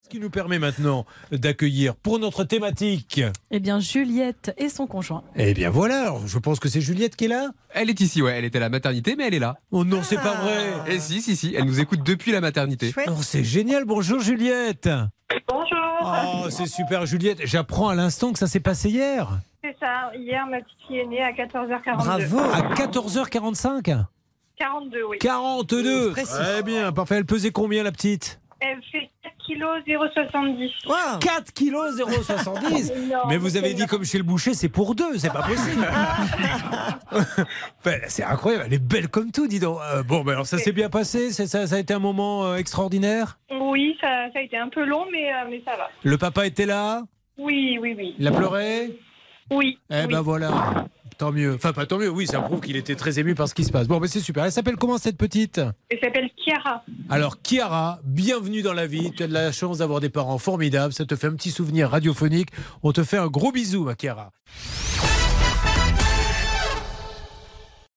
Ce qui nous permet maintenant d'accueillir pour notre thématique. Eh bien, Juliette et son conjoint. Eh bien voilà, alors, je pense que c'est Juliette qui est là. Elle est ici, ouais. Elle était à la maternité, mais elle est là. Oh non, c'est pas vrai. Et si. Elle nous écoute depuis la maternité. Oh, c'est génial, bonjour Juliette. Bonjour. Oh, c'est super Juliette. J'apprends à l'instant que ça s'est passé hier. C'est ça. Hier, ma petite fille est née à 14h42. Bravo. À 14h45. 42, oui. 42. Précis. Très bien, parfait. Elle pesait combien la petite? Elle fait 4 kg 0,70. Wow. 4 kg 0,70. Non, Mais vous avez c'est dit comme chez le boucher, c'est pour deux, c'est pas possible. Ben, c'est incroyable, elle est belle comme tout, dis donc. Bon, ben alors ça s'est bien passé, ça a été un moment extraordinaire. Oui, ça a été un peu long, mais ça va. Le papa était là, Oui. il a pleuré. Oui. Eh ben voilà, tant mieux. Enfin, pas tant mieux, oui, ça prouve qu'il était très ému par ce qui se passe. Bon, ben c'est super. Elle s'appelle comment cette petite? Elle s'appelle Chiara. Alors, Chiara, bienvenue dans la vie. Tu as de la chance d'avoir des parents formidables. Ça te fait un petit souvenir radiophonique. On te fait un gros bisou, ma Chiara.